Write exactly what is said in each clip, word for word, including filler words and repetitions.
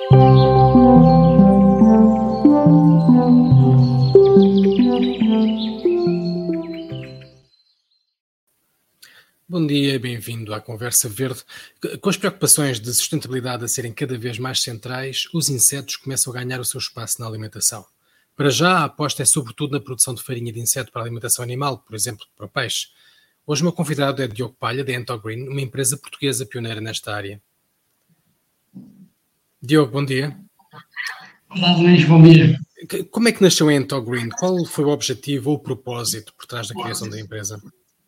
Bom dia e bem-vindo à Conversa Verde. Com as preocupações de sustentabilidade a serem cada vez mais centrais, os insetos começam a ganhar o seu espaço na alimentação. Para já, a aposta é sobretudo na produção de farinha de inseto para a alimentação animal, por exemplo, para o peixe. Hoje o meu convidado é Diogo Palha, da Entogreen, uma empresa portuguesa pioneira nesta área. Diogo, bom dia. Olá, Luís, bom dia. Como é que nasceu a Entogreen? Qual foi o objetivo ou o propósito por trás da criação da empresa?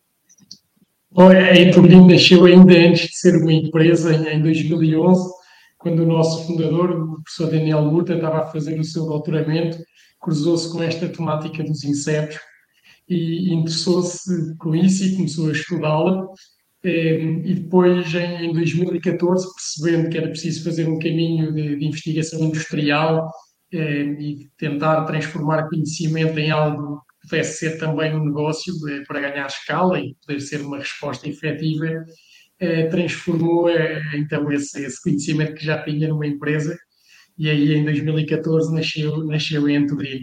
A Entogreen nasceu ainda antes de ser uma empresa, em dois mil e onze, quando o nosso fundador, o professor Daniel Murta, estava a fazer o seu doutoramento, cruzou-se com esta temática dos insetos e interessou-se com isso e começou a estudá-la. E depois, em dois mil e catorze, percebendo que era preciso fazer um caminho de, de investigação industrial e tentar transformar conhecimento em algo que pudesse ser também um negócio para ganhar escala e poder ser uma resposta efetiva, transformou então esse, esse conhecimento que já tinha numa empresa, e aí em dois mil e catorze nasceu, nasceu a Entogreen.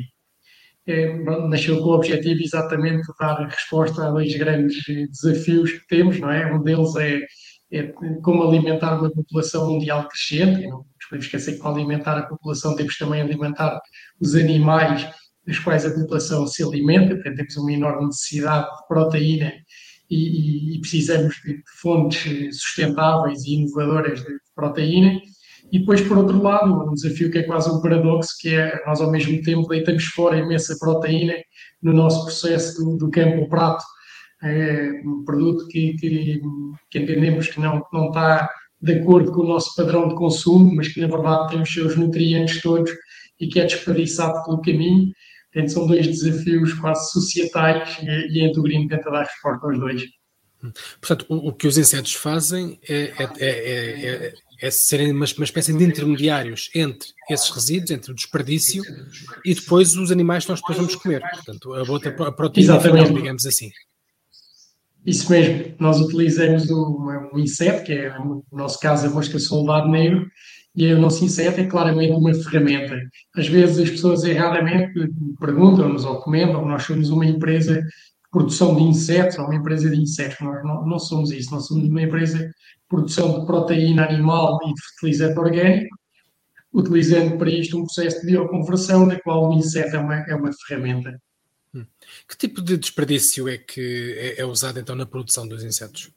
Nasceu com o objetivo exatamente de dar resposta a dois grandes desafios que temos, não é? Um deles é, é como alimentar uma população mundial crescente, e não nos podemos esquecer que para alimentar a população temos também alimentar os animais dos quais a população se alimenta, portanto temos uma enorme necessidade de proteína e, e, e precisamos de fontes sustentáveis e inovadoras de proteína. E depois, por outro lado, um desafio que é quase um paradoxo, que é nós ao mesmo tempo deitamos fora imensa proteína no nosso processo do, do campo ao prato. É um produto que, que, que entendemos que não, não está de acordo com o nosso padrão de consumo, mas que na verdade tem os seus nutrientes todos e que é desperdiçado pelo caminho. Portanto, são dois desafios quase societais e, e a Entogreen tenta dar resposta aos dois. Portanto, o, o que os insetos fazem é, é, é, é, é serem uma, uma espécie de intermediários entre esses resíduos, entre o desperdício e depois os animais que nós depois vamos comer. Portanto, a, outra, a proteína final, digamos assim. Isso mesmo. Nós utilizamos um, um inseto, que é, no nosso caso, a mosca soldado negro, e o nosso inseto é claramente uma ferramenta. Às vezes as pessoas erradamente perguntam-nos ou comentam, nós somos uma empresa de produção de insetos, ou uma empresa de insetos. Nós não, não somos isso, nós somos uma empresa de produção de proteína animal e de fertilizante orgânico, utilizando para isto um processo de bioconversão, na qual o inseto é uma, é uma ferramenta. Hum. Que tipo de desperdício é que é, é usado então na produção dos insetos?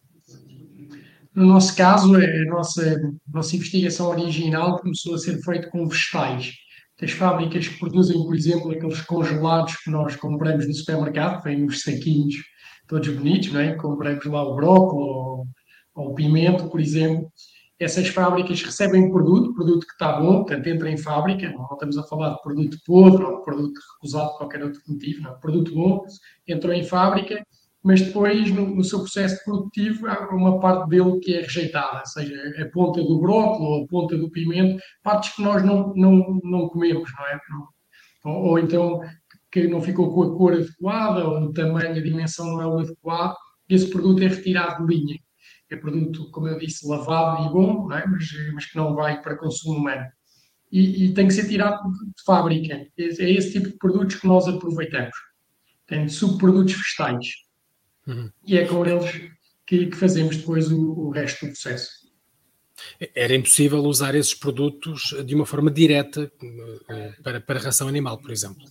No nosso caso, a nossa, a nossa investigação original começou a ser feita com vegetais. As fábricas que produzem, por exemplo, aqueles congelados que nós compramos no supermercado, vêm nos saquinhos todos bonitos, não é? Compramos lá o brócolis ou, ou o pimento, por exemplo. Essas fábricas recebem o produto, produto que está bom, portanto entra em fábrica, não estamos a falar de produto podre ou de produto recusado por qualquer outro motivo, não. Produto bom, entrou em fábrica, mas depois, no, no seu processo produtivo, há uma parte dele que é rejeitada, ou seja, a ponta do brócolis ou a ponta do pimento, partes que nós não, não, não comemos, não é? Ou, ou então que não ficou com a cor adequada, ou o tamanho, a dimensão não é o adequado, esse produto é retirado de linha. É produto, como eu disse, lavado e bom, não é? mas, mas que não vai para consumo humano. E, e tem que ser tirado de fábrica. É, é esse tipo de produtos que nós aproveitamos. Tem subprodutos vegetais. Uhum. E é com eles que, que fazemos depois o, o resto do processo. Era impossível usar esses produtos de uma forma direta para, para a ração animal, por exemplo?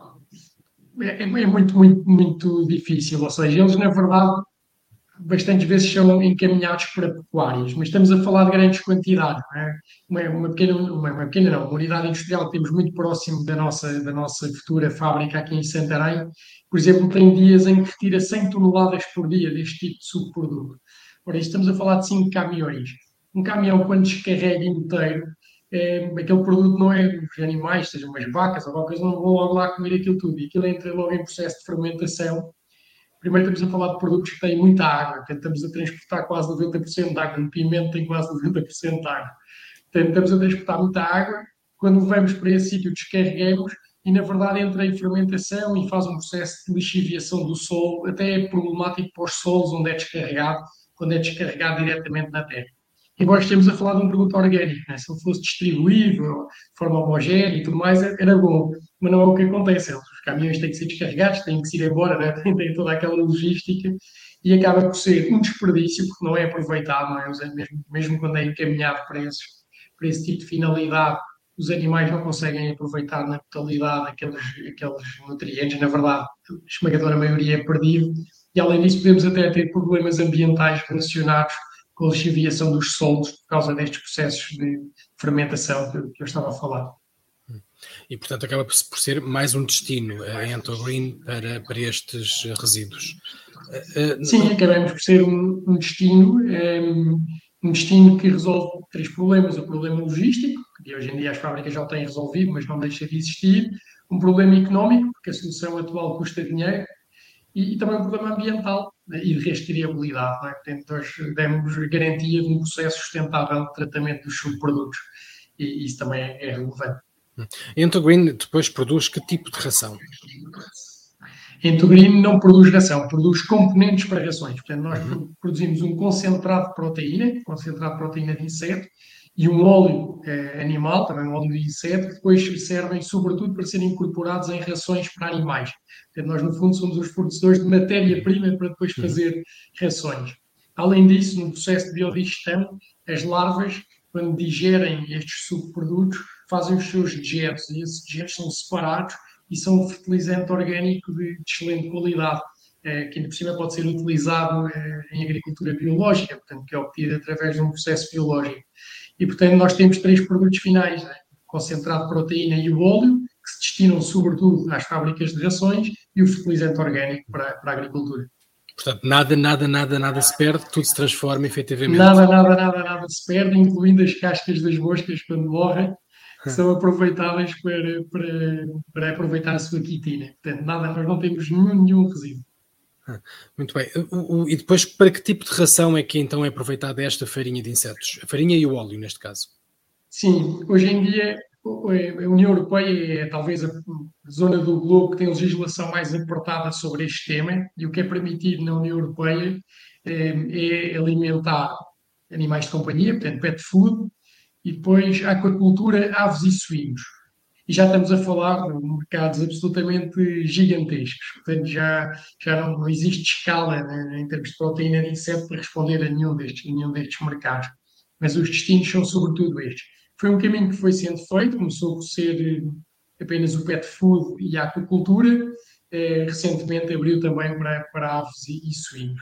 É, é muito, muito, muito difícil. Ou seja, eles, na verdade, bastantes vezes são encaminhados para pecuárias, mas estamos a falar de grandes quantidades. Não é? uma, uma, pequena, uma, uma pequena, não, uma unidade industrial que temos muito próximo da nossa, da nossa futura fábrica aqui em Santarém, por exemplo, tem dias em que retira cem toneladas por dia deste tipo de subproduto. Ora, estamos a falar de cinco caminhões. Um caminhão, quando descarrega inteiro, é, aquele produto não é dos animais, sejam umas vacas ou qualquer coisa, não vão logo lá comer aquilo tudo. E aquilo entra logo em processo de fermentação. Primeiro estamos a falar de produtos que têm muita água, portanto estamos a transportar quase noventa por cento de água, um pimento tem quase noventa por cento de água. Portanto, estamos a transportar muita água, quando levamos para esse sítio descarregamos e na verdade entra em fermentação e faz um processo de lixiviação do solo, até é problemático para os solos onde é descarregado, quando é descarregado diretamente na terra. E nós estamos a falar de um produto orgânico, né? Se ele fosse distribuído de forma homogénea e tudo mais, era bom. Mas não é o que acontece. Os caminhões têm que ser descarregados, têm que se ir embora, né? Tem toda aquela logística e acaba por ser um desperdício, porque não é aproveitado, não é? Mesmo, mesmo quando é encaminhado para, esses, para esse tipo de finalidade, os animais não conseguem aproveitar na totalidade aqueles, aqueles nutrientes. Na verdade, a esmagadora maioria é perdido. E, além disso, podemos até ter problemas ambientais relacionados com a lixiviação dos solos por causa destes processos de fermentação que, que eu estava a falar. E, portanto, acaba por ser mais um destino, a Entogreen, para, para estes resíduos. Sim, acabamos por ser um, um destino, um, um destino que resolve três problemas. O problema logístico, que hoje em dia as fábricas já o têm resolvido, mas não deixa de existir. Um problema económico, porque a solução atual custa dinheiro. E, e também um problema ambiental, né, e de rastreabilidade. Não é? Portanto, nós demos garantia de um processo sustentável de tratamento dos subprodutos. E isso também é, é relevante. A Entogreen depois produz que tipo de ração? A Entogreen não produz ração, produz componentes para rações. Portanto, nós uhum. produzimos um concentrado de proteína, concentrado de proteína de inseto, e um óleo eh, animal, também um óleo de inseto, que depois servem sobretudo para serem incorporados em rações para animais. Portanto, nós, no fundo, somos os fornecedores de matéria-prima para depois fazer rações. Além disso, no processo de biodigestão, as larvas, quando digerem estes subprodutos, fazem os seus dejetos, e esses dejetos são separados e são um fertilizante orgânico de, de excelente qualidade, eh, que ainda por cima pode ser utilizado eh, em agricultura biológica, portanto, que é obtido através de um processo biológico. E, portanto, nós temos três produtos finais, né? Concentrado de proteína e o óleo, que se destinam sobretudo às fábricas de rações, e o fertilizante orgânico para, para a agricultura. Portanto, nada, nada, nada, nada se perde, tudo se transforma efetivamente. Nada, nada, nada, nada se perde, incluindo as cascas das moscas quando morrem, que são aproveitadas para, para, para aproveitar a sua quitina. Portanto, nada, nós não temos nenhum, nenhum resíduo. Muito bem. O, o, e depois, para que tipo de ração é que então é aproveitada esta farinha de insetos? A farinha e o óleo, neste caso? Sim, hoje em dia a União Europeia é talvez a zona do globo que tem legislação mais apertada sobre este tema, e o que é permitido na União Europeia é, é alimentar animais de companhia, portanto pet food, e depois a aquacultura, aves e suínos. E já estamos a falar de mercados absolutamente gigantescos. Portanto, já, já não, não existe escala, né, em termos de proteína de inseto para responder a nenhum destes, nenhum destes mercados. Mas os destinos são sobretudo estes. Foi um caminho que foi sendo feito, começou por ser apenas o pet food e a aquacultura. Eh, recentemente abriu também para, para aves e, e suínos.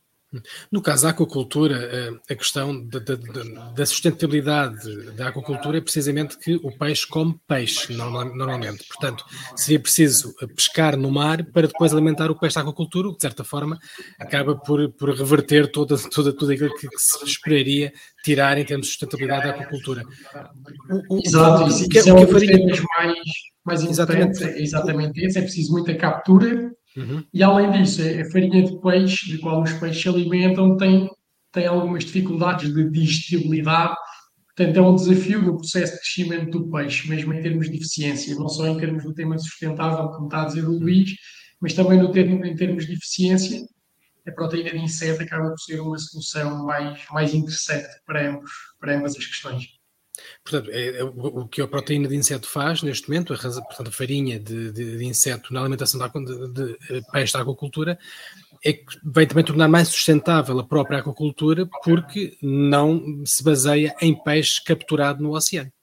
No caso da aquacultura, a questão da, da, da sustentabilidade da aquacultura é precisamente que o peixe come peixe, normalmente. Portanto, seria preciso pescar no mar para depois alimentar o peixe da aquacultura, o que, de certa forma, acaba por, por reverter toda, toda, tudo aquilo que, que se esperaria tirar em termos de sustentabilidade da aquacultura. O, o, Exato, isso, que, isso é um dos farinha... temas mais, mais importantes, exatamente. É exatamente esse, é preciso muita captura. Uhum. E além disso, a farinha de peixe, de qual os peixes se alimentam, tem, tem algumas dificuldades de digestibilidade. Portanto, é um desafio no processo de crescimento do peixe, mesmo em termos de eficiência, não só em termos do tema sustentável, como está a dizer o Luís, mas também no termo, em termos de eficiência. A proteína de inseto acaba por ser uma solução mais, mais interessante para, ambos, para ambas as questões. Portanto, é, é, o que a proteína de inseto faz neste momento, a, portanto, a farinha de, de, de inseto na alimentação da, de, de, de peixe da aquacultura, é que vai também tornar mais sustentável a própria aquacultura, porque não se baseia em peixe capturado no oceano.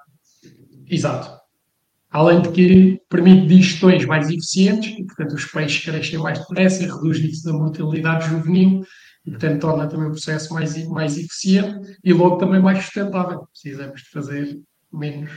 Exato. Além de que permite digestões mais eficientes, e, portanto, os peixes crescem mais depressa, reduz isso da mortalidade juvenil, e, portanto, torna também o processo mais, mais eficiente e logo também mais sustentável. Precisamos de fazer menos.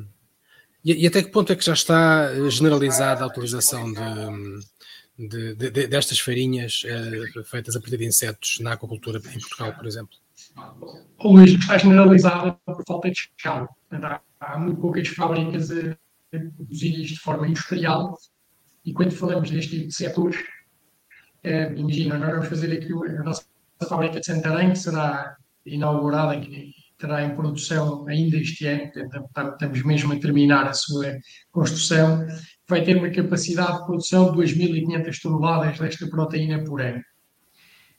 E, e até que ponto é que já está generalizada a utilização de, de, de, de, destas farinhas uh, feitas a partir de insetos na aquacultura em Portugal, por exemplo? O Luís, está generalizada por falta de escala. Há, há muito poucas fábricas a, a produzir isto de forma industrial, e quando falamos deste tipo de setores, É, imagina, nós vamos fazer aqui a nossa fábrica de Santarém, que será inaugurada, que estará em produção ainda este ano, portanto, estamos mesmo a terminar a sua construção, vai ter uma capacidade de produção de duas mil e quinhentas toneladas desta proteína por ano.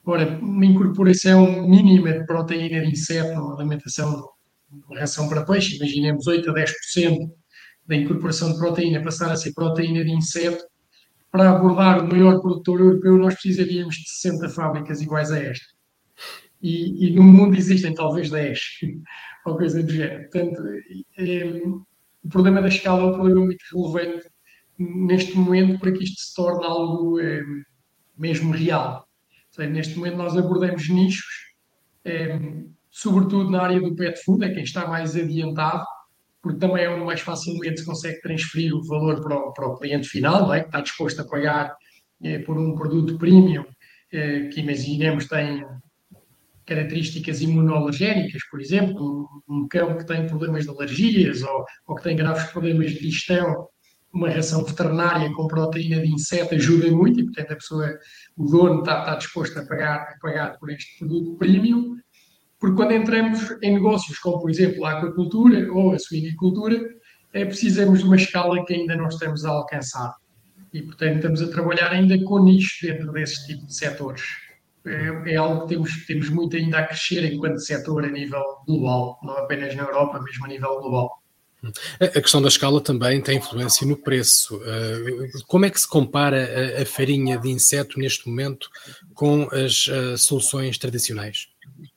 Ora, uma incorporação mínima de proteína de inseto na alimentação de ração para peixe, imaginemos oito a dez por cento da incorporação de proteína passar a ser proteína de inseto, para abordar o maior produtor europeu nós precisaríamos de sessenta fábricas iguais a esta. E, e no mundo existem talvez dez, ou coisa do género. Portanto, é, o problema da escala é um problema muito relevante neste momento para que isto se torne algo é, mesmo real. Seja, neste momento nós abordamos nichos, é, sobretudo na área do pet food, é quem está mais adiantado, porque também é onde mais facilmente se consegue transferir o valor para o, para o cliente final, não é? Que está disposto a pagar é, por um produto premium, é, que imaginemos tem características imunoalergénicas, por exemplo, um, um cão que tem problemas de alergias ou, ou que tem graves problemas de digestão, uma ração veterinária com proteína de inseto ajuda muito e, portanto, a pessoa, o dono está, está disposto a pagar, a pagar por este produto premium, porque quando entramos em negócios como, por exemplo, a aquacultura ou a suinicultura, é, precisamos de uma escala que ainda não estamos a alcançar. E, portanto, estamos a trabalhar ainda com nichos dentro desses tipos de setores. É, é algo que temos, temos muito ainda a crescer enquanto setor a nível global, não apenas na Europa, mesmo a nível global. A questão da escala também tem influência no preço. Como é que se compara a farinha de inseto neste momento com as soluções tradicionais?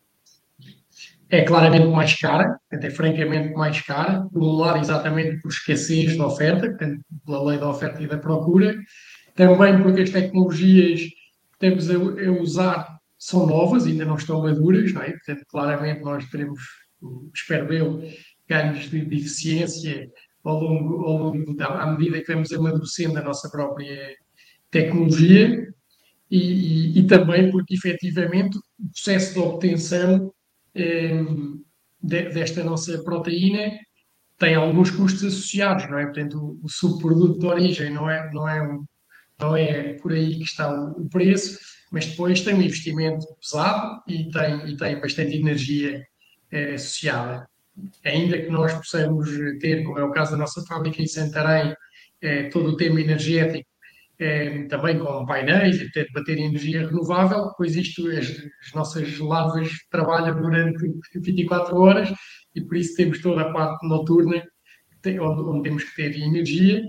É claramente mais cara, é francamente mais cara, por um lado exatamente por escassez de oferta, portanto, pela lei da oferta e da procura, também porque as tecnologias que estamos a, a usar são novas, ainda não estão maduras, não é? Portanto, claramente nós teremos, espero eu, ganhos de, de eficiência ao longo, ao longo da, à medida que vamos amadurecendo a nossa própria tecnologia e, e, e também porque, efetivamente, o processo de obtenção eh, de, desta nossa proteína tem alguns custos associados, não é? Portanto, o, o subproduto de origem não é, não é um, não é por aí que está o, o preço, mas depois tem um investimento pesado e tem, e tem bastante energia eh, associada. Ainda que nós possamos ter, como é o caso da nossa fábrica em Santarém, eh, todo o tema energético, eh, também com painéis e portanto, bater em energia renovável, pois isto, as, as nossas larvas trabalham durante vinte e quatro horas e por isso temos toda a parte noturna onde, onde temos que ter energia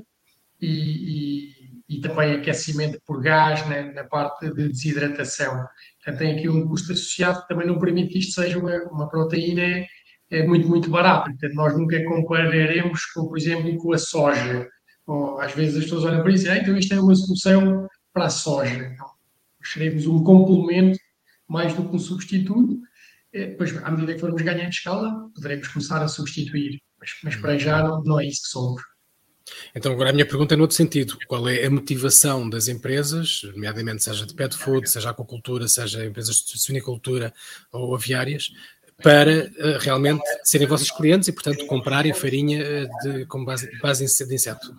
e, e e também aquecimento por gás na, na parte de desidratação. Portanto, tem aqui um custo associado que também não permite que isto seja uma, uma proteína é, muito, muito barata. Portanto, nós nunca compararemos, com, por exemplo, com a soja. Ou, às vezes as pessoas olham para isso e dizem, então isto é uma solução para a soja. Então, seremos um complemento mais do que um substituto. Depois, à medida que formos ganhando escala, poderemos começar a substituir. Mas, mas para já não, não é isso que somos. Então, agora a minha pergunta é no outro sentido. Qual é a motivação das empresas, nomeadamente seja de pet food, seja aquacultura, seja empresas de suinicultura ou aviárias, para uh, realmente serem vossos clientes e, portanto, comprarem farinha de, com base, base de inseto?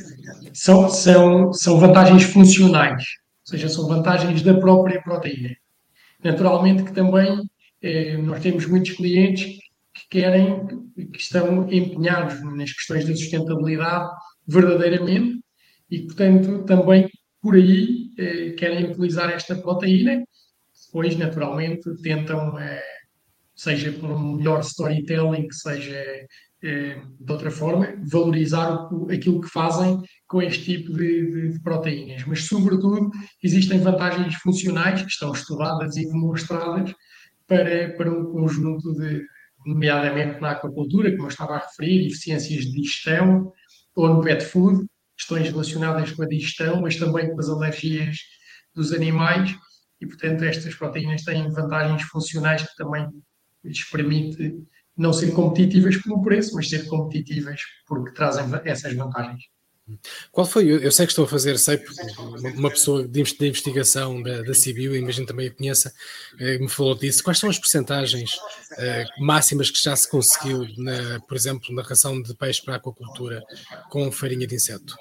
São, são, são vantagens funcionais, ou seja, são vantagens da própria proteína. Naturalmente que também eh, nós temos muitos clientes que querem, que estão empenhados nas questões da sustentabilidade verdadeiramente e, portanto, também por aí eh, querem utilizar esta proteína. Depois, naturalmente, tentam, eh, seja por um melhor storytelling, seja eh, de outra forma, valorizar o, aquilo que fazem com este tipo de, de, de proteínas. Mas, sobretudo, existem vantagens funcionais que estão estudadas e demonstradas para, para um conjunto de, nomeadamente na aquacultura, como eu estava a referir, eficiências de digestão, ou no pet food, questões relacionadas com a digestão, mas também com as alergias dos animais, e portanto estas proteínas têm vantagens funcionais que também lhes permite não ser competitivas pelo preço, mas ser competitivas porque trazem essas vantagens. Qual foi, eu sei que estou a fazer, sei, uma pessoa de investigação da, da C B U, imagino também a conheça, me falou disso. Quais são as percentagens uh, máximas que já se conseguiu, na, por exemplo, na ração de peixe para a aquacultura com farinha de inseto?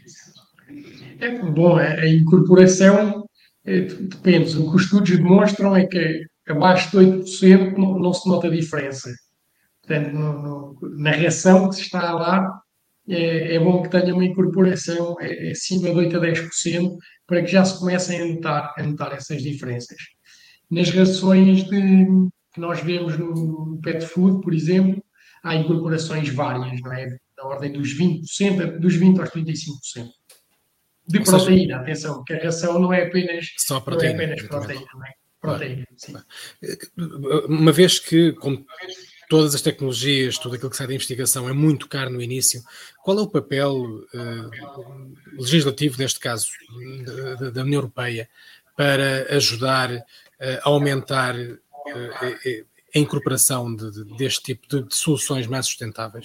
É, bom, a incorporação é, depende. O que os estudos demonstram é que abaixo de oito por cento não, não se nota diferença. Portanto, no, no, na ração que se está a dar, é, é bom que tenha uma incorporação é, acima de oito a dez por cento para que já se comecem a notar, a notar essas diferenças. Nas rações de, que nós vemos no pet food, por exemplo, há incorporações várias, não é? Na ordem dos vinte por cento, dos vinte aos trinta e cinco por cento. De Ou seja, proteína, atenção, que a ração não é apenas, só não é proteína, apenas exatamente. proteína, não é? Claro. Proteína, sim. Uma vez que, como todas as tecnologias, tudo aquilo que sai da investigação é muito caro no início, qual é o papel uh, legislativo, neste caso, da, da União Europeia, para ajudar uh, a aumentar uh, a incorporação de, de, deste tipo de, de soluções mais sustentáveis?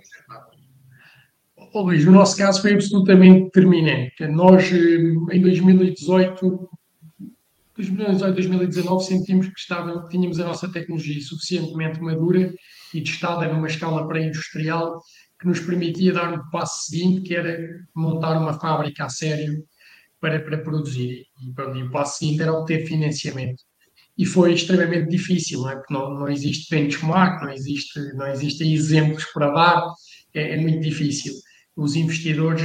Oh, Luís, no nosso caso foi absolutamente determinante. Nós, em dois mil e dezoito, dois mil e dezoito, dois mil e dezanove, sentimos que estava, tínhamos a nossa tecnologia suficientemente madura e testada numa escala pré-industrial que nos permitia dar o passo seguinte, que era montar uma fábrica a sério para, para produzir. E, pronto, e o passo seguinte era obter financiamento. E foi extremamente difícil, não é? Porque não, não existe benchmark, não existe, não existem exemplos para dar, é, é muito difícil. Os investidores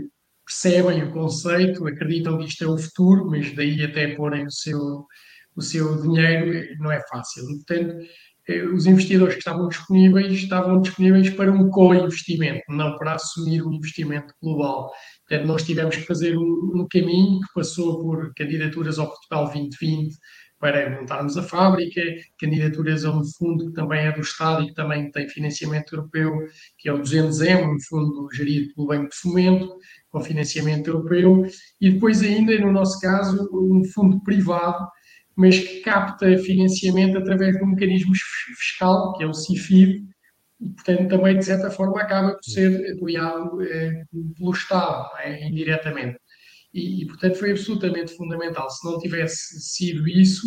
percebem o conceito, acreditam que isto é o futuro, mas daí até porem o seu, o seu dinheiro não é fácil. E, portanto, os investidores que estavam disponíveis estavam disponíveis para um co-investimento, não para assumir o investimento global. Portanto, nós tivemos que fazer um, um caminho que passou por candidaturas ao Portugal vinte vinte para montarmos a fábrica, candidaturas a um fundo que também é do Estado e que também tem financiamento europeu, que é o duzentos M, um fundo gerido pelo Banco de Fomento, com financiamento europeu, e depois ainda, no nosso caso, um fundo privado, mas que capta financiamento através de um mecanismo fiscal, que é o CIFID, e, portanto, também, de certa forma, acaba por ser apoiado eh, pelo Estado, é? Indiretamente. E, e, portanto, foi absolutamente fundamental. Se não tivesse sido isso,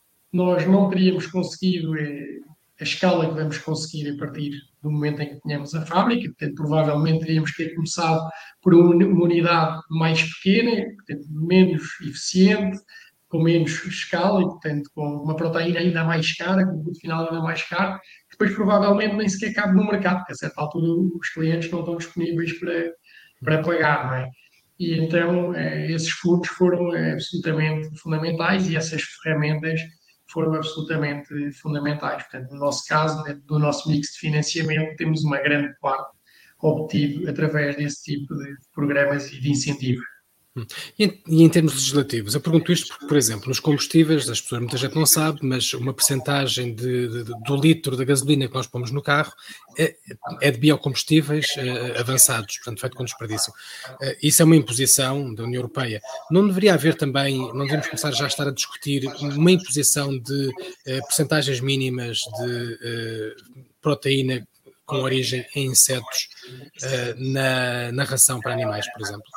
nós não teríamos conseguido eh, a escala que vamos conseguir a partir do momento em que tenhamos a fábrica. Portanto, provavelmente teríamos que ter começado por uma unidade mais pequena, portanto, menos eficiente, com menos escala e, portanto, com uma proteína ainda mais cara, com um produto final ainda mais caro, que depois provavelmente nem sequer cabe no mercado, porque a certa altura os clientes não estão disponíveis para, para pagar, não é? E então esses fundos foram absolutamente fundamentais e essas ferramentas foram absolutamente fundamentais. Portanto, no nosso caso, do nosso mix de financiamento, temos uma grande parte obtido através desse tipo de programas e de incentivos. E em, e em termos legislativos, eu pergunto isto porque, por exemplo, nos combustíveis, as pessoas, muita gente não sabe, mas uma percentagem de, de, de, do litro da gasolina que nós pomos no carro é, é de biocombustíveis uh, avançados, portanto, feito com desperdício. Uh, isso é uma imposição da União Europeia. Não deveria haver também, não deveríamos começar já a estar a discutir uma imposição de uh, percentagens mínimas de uh, proteína com origem em insetos uh, na, na ração para animais, por exemplo?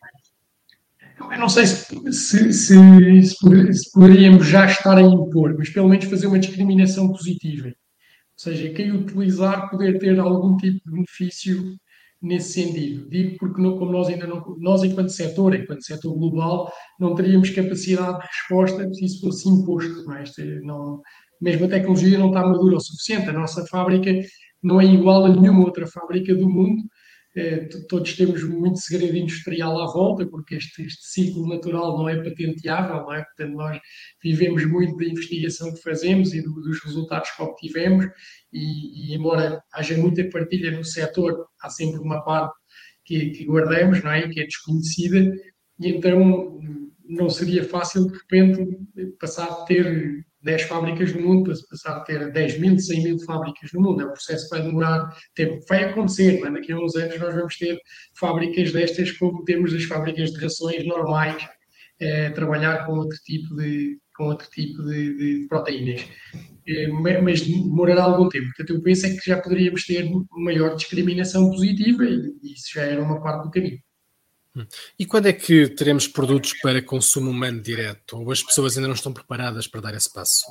Eu não sei se, se, se, se, poderíamos já estar a impor, mas pelo menos fazer uma discriminação positiva. Ou seja, quem utilizar poder ter algum tipo de benefício nesse sentido. Digo porque, não, como nós ainda não, nós enquanto setor, enquanto setor global, não teríamos capacidade de resposta se isso fosse imposto. Não é? Este, não, mesmo a tecnologia não está madura o suficiente. A nossa fábrica não é igual a nenhuma outra fábrica do mundo. Eh, todos temos muito segredo industrial à volta, porque este, este ciclo natural não é patenteável, não é? Portanto, nós vivemos muito da investigação que fazemos e do, dos resultados que obtivemos, e, e embora haja muita partilha no setor, há sempre uma parte que, que guardamos, não é? Que é desconhecida, e então não seria fácil, de repente, passar a ter dez fábricas no mundo, passar a ter dez mil, cem mil fábricas no mundo. É um processo que vai demorar tempo. Vai acontecer, mas daqui a uns anos nós vamos ter fábricas destas como temos as fábricas de rações normais, eh, trabalhar com outro tipo de, com outro tipo de, de proteínas. Eh, mas demorará algum tempo. Portanto, eu penso é que já poderíamos ter maior discriminação positiva e isso já era uma parte do caminho. E quando é que teremos produtos para consumo humano direto? Ou as pessoas ainda não estão preparadas para dar esse passo?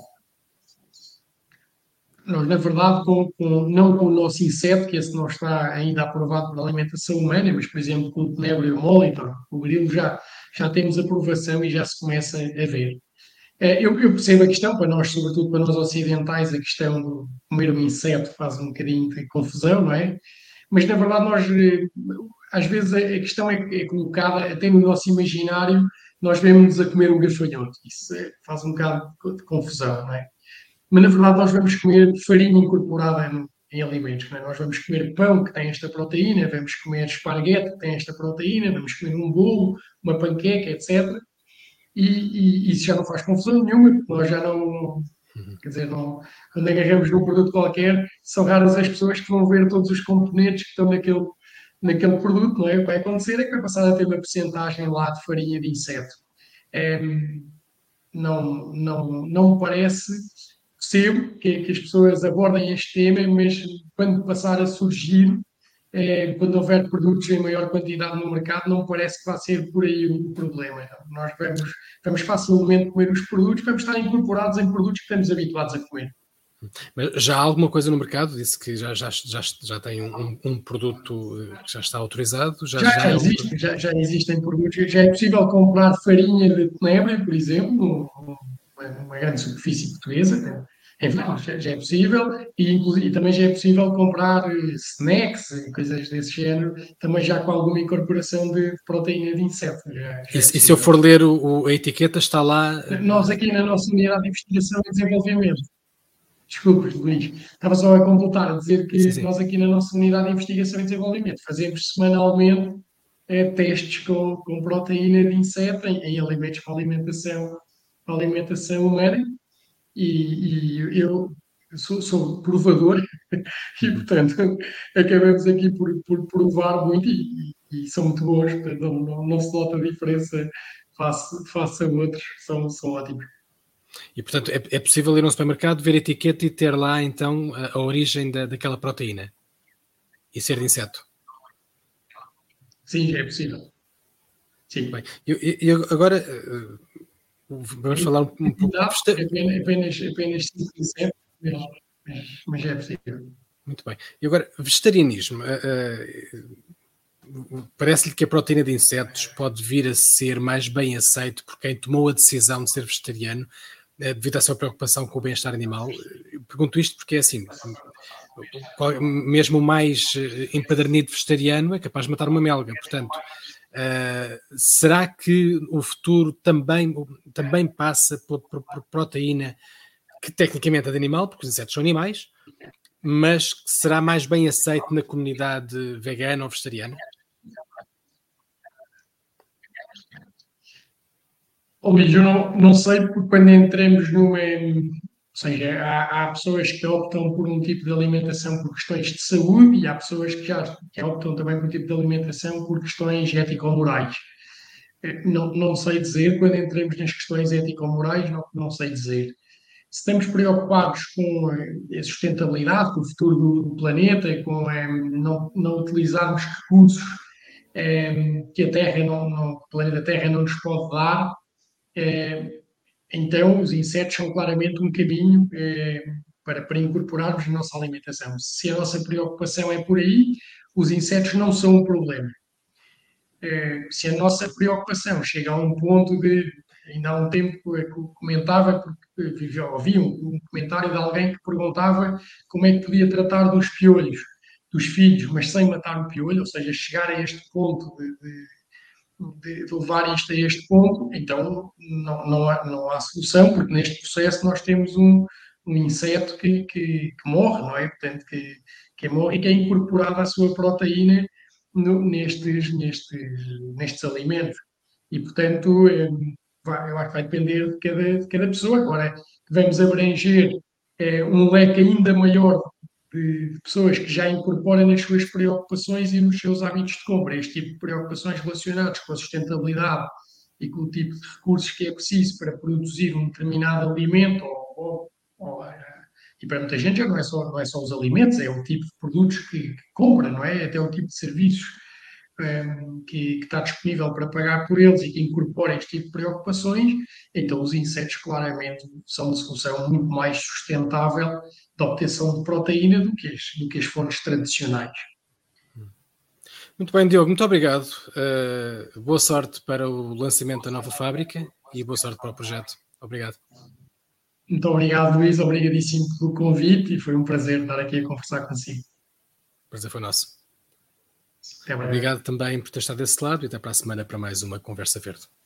Nós, na verdade, com, com, não com o nosso inseto, que esse não está ainda aprovado para a alimentação humana, mas, por exemplo, com o Tenebrio molitor, o grilo, já, já temos aprovação e já se começa a ver. Eu, eu percebo a questão, para nós, sobretudo para nós ocidentais, a questão de comer um inseto faz um bocadinho de confusão, não é? Mas, na verdade, nós, às vezes, a questão é, é colocada até no nosso imaginário nós vemos a comer um gafanhoto. Isso é, faz um bocado de confusão, não é? Mas, na verdade, nós vamos comer farinha incorporada no, em alimentos. Não é? Nós vamos comer pão que tem esta proteína, vamos comer esparguete que tem esta proteína, vamos comer um bolo, uma panqueca, etcétera. E, e isso já não faz confusão nenhuma, porque nós já não... Quer dizer, não, quando agarramos num produto qualquer, são raras as pessoas que vão ver todos os componentes que estão naquele, naquele produto, não é? O que vai acontecer é que vai passar a ter uma percentagem lá de farinha de inseto. É, não, não, não me parece, percebo que, que as pessoas abordem este tema, mas quando passar a surgir, é, quando houver produtos em maior quantidade no mercado, não me parece que vai ser por aí o problema. Nós vamos, vamos facilmente comer os produtos, vamos estar incorporados em produtos que estamos habituados a comer. Mas já há alguma coisa no mercado? Disse que já, já, já, já tem um, um produto que já está autorizado? Já, já, já, já, é existe, já, já existem produtos, já é possível comprar farinha de tenebra, por exemplo, uma, uma grande superfície portuguesa, enfim, já, já é possível, e, inclusive, e também já é possível comprar snacks e coisas desse género, também já com alguma incorporação de proteína de inseto. Já, já e, é e se eu for ler o, o, a etiqueta, está lá... Nós aqui na nossa unidade de investigação e desenvolvimento, desculpe, Luís, estava só a completar, a dizer que sim, sim. nós aqui na nossa unidade de investigação e desenvolvimento fazemos semanalmente é, testes com, com proteína de inseto em, em alimentos para alimentação, para alimentação humana, e, e eu sou, sou provador e, portanto, acabamos aqui por, por provar muito e, e, e são muito bons, portanto, não, não, não se nota a diferença face, face a outros, são, são ótimos. E, portanto, é, é possível ir ao supermercado, ver a etiqueta e ter lá, então, a, a origem da, daquela proteína e ser de inseto? Sim, é possível. Sim. Bem, eu, eu agora vamos falar um, um pouco... Não, apenas, apenas, apenas cinco por cento, mas, mas é possível. Muito bem. E agora, vegetarianismo. Uh, uh, parece-lhe que a proteína de insetos pode vir a ser mais bem aceito por quem tomou a decisão de ser vegetariano uh, devido à sua preocupação com o bem-estar animal? Eu pergunto isto porque é assim, mesmo o mais empedernido vegetariano é capaz de matar uma melga, portanto... Uh, será que o futuro também, também passa por, por, por proteína que tecnicamente é de animal, porque os insetos são animais, mas que será mais bem aceito na comunidade vegana ou vegetariana? Ou eu não, não sei, porque quando entramos numa... Ou seja, há, há pessoas que optam por um tipo de alimentação por questões de saúde e há pessoas que já que optam também por um tipo de alimentação por questões ético-morais. Não, não sei dizer, quando entramos nas questões ético-morais, não, não sei dizer. Se estamos preocupados com a sustentabilidade, com o futuro do, do planeta, com é, não, não utilizarmos recursos é, que a Terra não, não, o planeta Terra não nos pode dar, é, então os insetos são claramente um caminho é, para, para incorporarmos na nossa alimentação. Se a nossa preocupação é por aí, os insetos não são um problema. É, se a nossa preocupação chega a um ponto de, ainda há um tempo eu comentava, porque vivia, ouvi um, um comentário de alguém que perguntava como é que podia tratar dos piolhos dos filhos, mas sem matar o piolho, ou seja, chegar a este ponto de, de, de levar isto a este ponto, então não, não, há, não há solução, porque neste processo nós temos um, um inseto que, que, que morre, não é? Portanto, que, que morre e que é incorporada a sua proteína no, nestes, nestes, nestes alimentos. E, portanto, é, vai, eu acho que vai depender de cada, de cada pessoa. Agora, vamos abranger é, um leque ainda maior de, de pessoas que já incorporam nas suas preocupações e nos seus hábitos de compra este tipo de preocupações relacionadas com a sustentabilidade e com o tipo de recursos que é preciso para produzir um determinado alimento ou, ou, ou e para muita gente já não é só, não é só os alimentos, é o tipo de produtos que, que compra, não é? Até o tipo de serviços um, que, que está disponível para pagar por eles e que incorpora este tipo de preocupações, então os insetos claramente são uma solução muito mais sustentável de obtenção de proteína do que as, do que as fontes tradicionais. Muito bem, Diogo, muito obrigado. Uh, boa sorte para o lançamento da nova fábrica e boa sorte para o projeto. Obrigado. Muito obrigado, Luís. Obrigadíssimo pelo convite e foi um prazer estar aqui a conversar consigo. O prazer foi nosso. Até breve. Obrigado também por ter estado desse lado e até para a semana para mais uma Conversa Verde.